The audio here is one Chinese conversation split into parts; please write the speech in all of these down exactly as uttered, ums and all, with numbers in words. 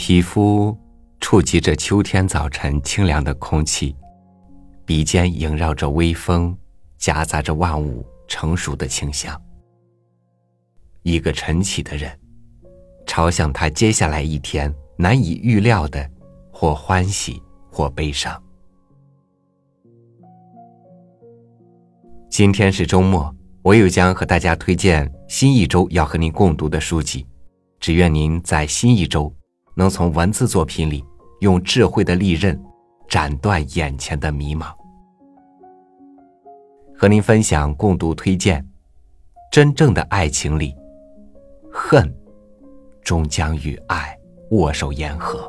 皮肤触及着秋天早晨清凉的空气，鼻尖萦绕着微风，夹杂着万物成熟的清香。一个晨起的人，朝向他接下来一天难以预料的或欢喜或悲伤。今天是周末，我又将和大家推荐新一周要和您共读的书籍，只愿您在新一周能从文字作品里用智慧的利刃斩断眼前的迷茫。和您分享共读推荐，真正的爱情里，恨终将与爱握手言和。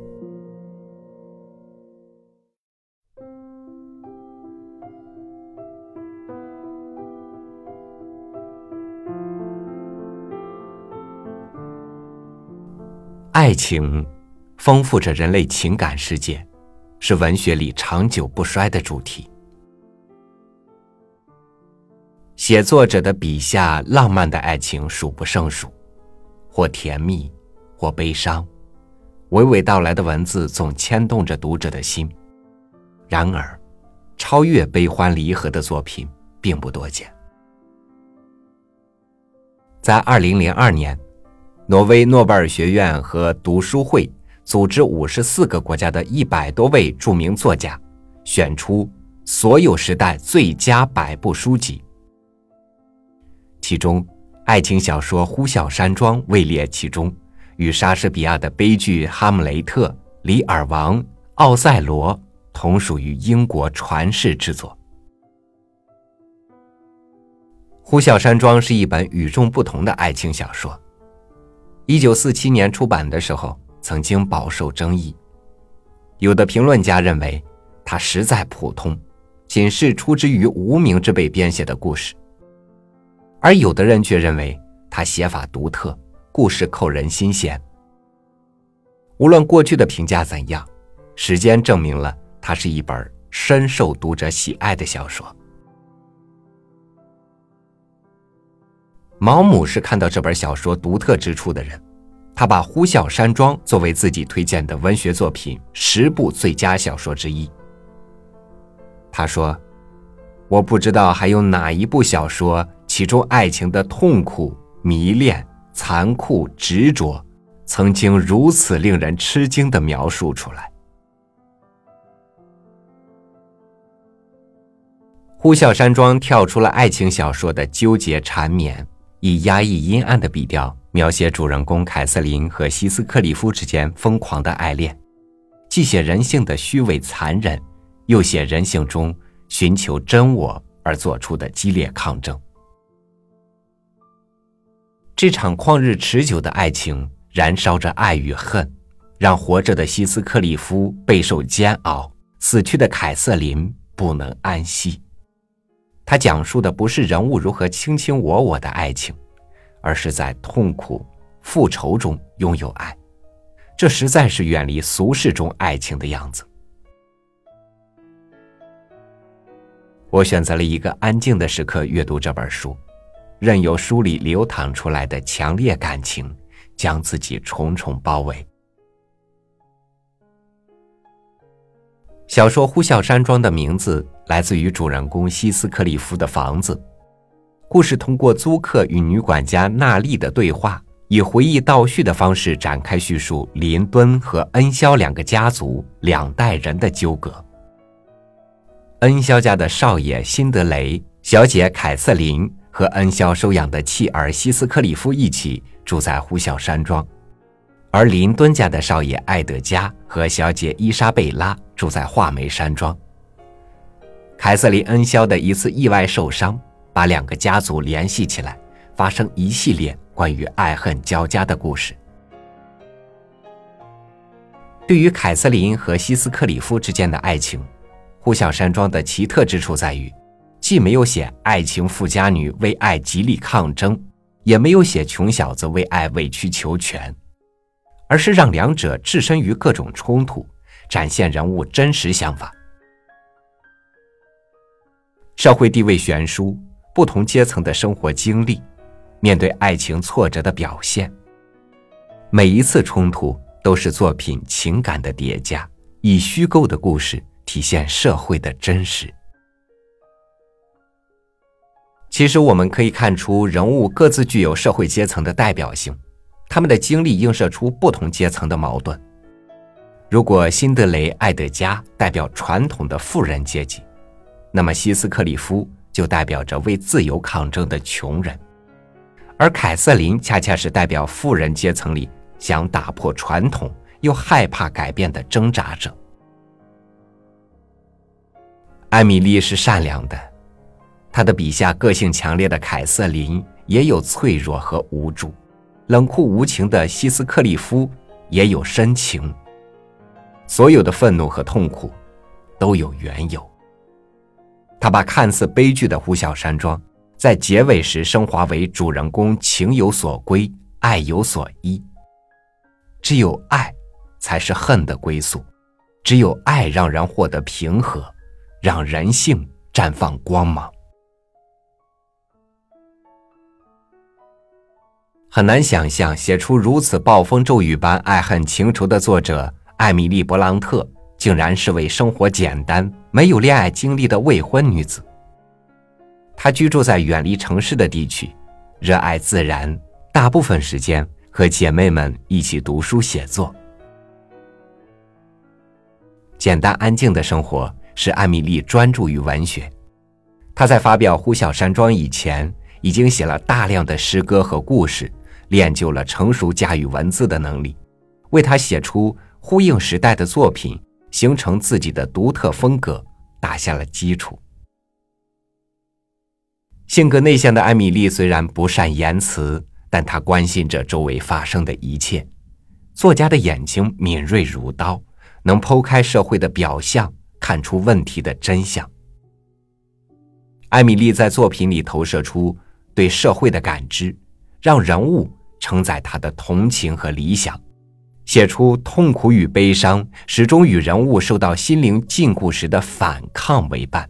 爱情丰富着人类情感世界，是文学里长久不衰的主题。写作者的笔下浪漫的爱情数不胜数，或甜蜜，或悲伤，娓娓道来的文字总牵动着读者的心。然而，超越悲欢离合的作品并不多见。在二零零二年，挪威诺贝尔学院和读书会组织五十四个国家的一百多位著名作家，选出所有时代最佳百部书籍。其中，爱情小说《呼啸山庄》位列其中，与莎士比亚的悲剧《哈姆雷特》《李尔王》《奥赛罗》同属于英国传世之作。《呼啸山庄》是一本与众不同的爱情小说。一九四七年出版的时候，曾经饱受争议。有的评论家认为它实在普通，仅是出之于无名之辈编写的故事，而有的人却认为它写法独特，故事扣人心弦。无论过去的评价怎样，时间证明了它是一本深受读者喜爱的小说。毛姆是看到这本小说独特之处的人，他把《呼啸山庄》作为自己推荐的文学作品十部最佳小说之一。他说，我不知道还有哪一部小说其中爱情的痛苦、迷恋、残酷、执着曾经如此令人吃惊地描述出来。《呼啸山庄》跳出了爱情小说的纠结缠绵，以压抑阴暗的笔调描写主人公凯瑟琳和希斯克里夫之间疯狂的爱恋，既写人性的虚伪残忍，又写人性中寻求真我而做出的激烈抗争。这场旷日持久的爱情燃烧着爱与恨，让活着的希斯克里夫备受煎熬，死去的凯瑟琳不能安息。他讲述的不是人物如何卿卿我我的爱情，而是在痛苦、复仇中拥有爱。这实在是远离俗世中爱情的样子。我选择了一个安静的时刻阅读这本书，任由书里流淌出来的强烈感情将自己重重包围。小说《呼啸山庄》的名字来自于主人公希斯克里夫的房子。故事通过租客与女管家娜丽的对话，以回忆倒叙的方式展开叙述林敦和恩肖两个家族两代人的纠葛。恩肖家的少爷辛德雷、小姐凯瑟琳和恩肖收养的妻儿希斯克里夫一起住在呼啸山庄，而林敦家的少爷艾德加和小姐伊莎贝拉住在画眉山庄。凯瑟琳恩肖的一次意外受伤，把两个家族联系起来，发生一系列关于爱恨交加的故事。对于凯瑟琳和希斯克里夫之间的爱情，呼啸山庄的奇特之处在于，既没有写爱情富家女为爱极力抗争，也没有写穷小子为爱委曲求全，而是让两者置身于各种冲突，展现人物真实想法。社会地位悬殊，不同阶层的生活经历，面对爱情挫折的表现，每一次冲突都是作品情感的叠加，以虚构的故事体现社会的真实。其实我们可以看出人物各自具有社会阶层的代表性，他们的经历映射出不同阶层的矛盾。如果辛德雷·艾德加代表传统的富人阶级，那么希斯克里夫就代表着为自由抗争的穷人，而凯瑟琳恰恰是代表富人阶层里想打破传统又害怕改变的挣扎者。艾米丽是善良的，她的笔下个性强烈的凯瑟琳也有脆弱和无助，冷酷无情的希斯克里夫也有深情。所有的愤怒和痛苦都有缘由。他把看似悲剧的呼啸山庄在结尾时升华为主人公情有所归，爱有所依。只有爱才是恨的归宿，只有爱让人获得平和，让人性绽放光芒。很难想象写出如此暴风骤雨般爱恨情仇的作者艾米丽·勃朗特竟然是位生活简单、没有恋爱经历的未婚女子。她居住在远离城市的地区，热爱自然，大部分时间和姐妹们一起读书写作。简单安静的生活使艾米丽专注于文学。她在发表《呼啸山庄》以前，已经写了大量的诗歌和故事，练就了成熟驾驭文字的能力，为她写出呼应时代的作品，形成自己的独特风格打下了基础。性格内向的艾米丽虽然不善言辞，但她关心着周围发生的一切。作家的眼睛敏锐如刀，能剖开社会的表象，看出问题的真相。艾米丽在作品里投射出对社会的感知，让人物承载她的同情和理想，写出痛苦与悲伤始终与人物受到心灵禁锢时的反抗为伴。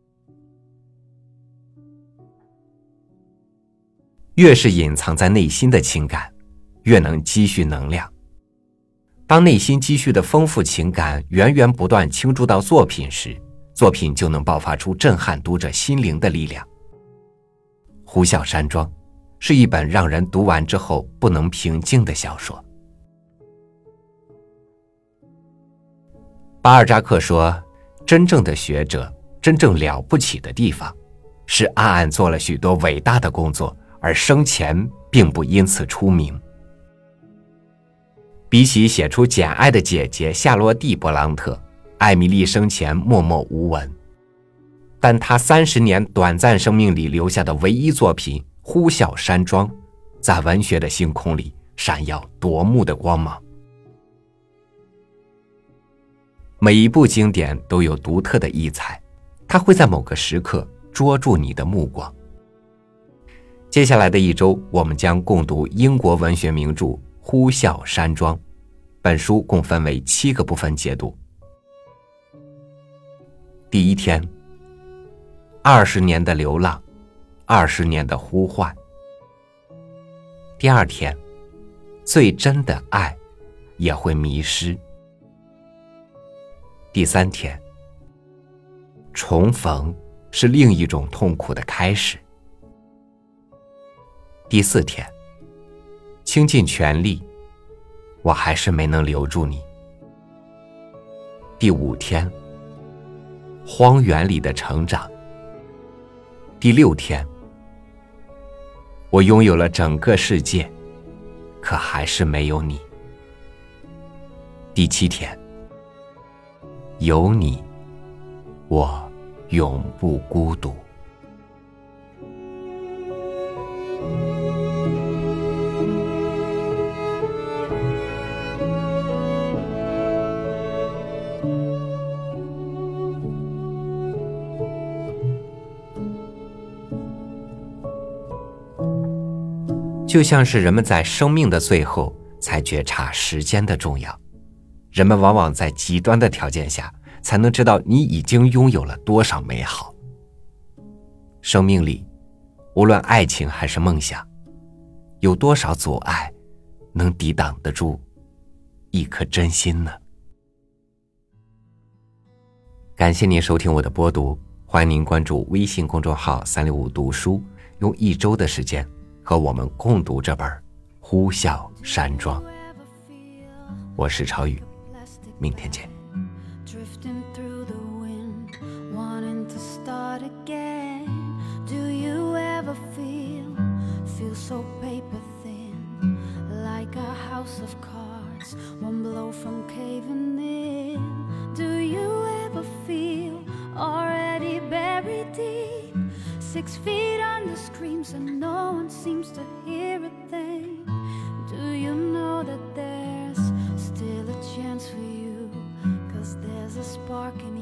越是隐藏在内心的情感，越能积蓄能量。当内心积蓄的丰富情感源源不断倾注到作品时，作品就能爆发出震撼读者心灵的力量。《呼啸山庄》是一本让人读完之后不能平静的小说。巴尔扎克说，真正的学者，真正了不起的地方，是暗暗做了许多伟大的工作，而生前并不因此出名。比起写出《简爱》的姐姐夏洛蒂·勃朗特，艾米丽生前默默无闻，但她三十年短暂生命里留下的唯一作品《呼啸山庄》，在文学的星空里闪耀夺目的光芒。每一部经典都有独特的异彩，它会在某个时刻捉住你的目光。接下来的一周，我们将共读英国文学名著《呼啸山庄》。本书共分为七个部分解读。第一天，二十年的流浪，二十年的呼唤。第二天，最真的爱也会迷失。第三天，重逢是另一种痛苦的开始。第四天，倾尽全力，我还是没能留住你。第五天，荒原里的成长。第六天，我拥有了整个世界，可还是没有你。第七天，有你，我永不孤独。就像是人们在生命的最后才觉察时间的重要，人们往往在极端的条件下才能知道你已经拥有了多少美好。生命里，无论爱情还是梦想，有多少阻碍能抵挡得住一颗真心呢？感谢您收听我的播读，欢迎您关注微信公众号三六五读书，用一周的时间和我们共读这本《呼啸山庄》。我是超宇，明天见。 So paper thin, like a house of cards, one blow from caving in. Do you ever feel already buried deep, six feet under screams and no one seems to hear a thing? Do you know that there's still a chance for you, 'cause there's a spark in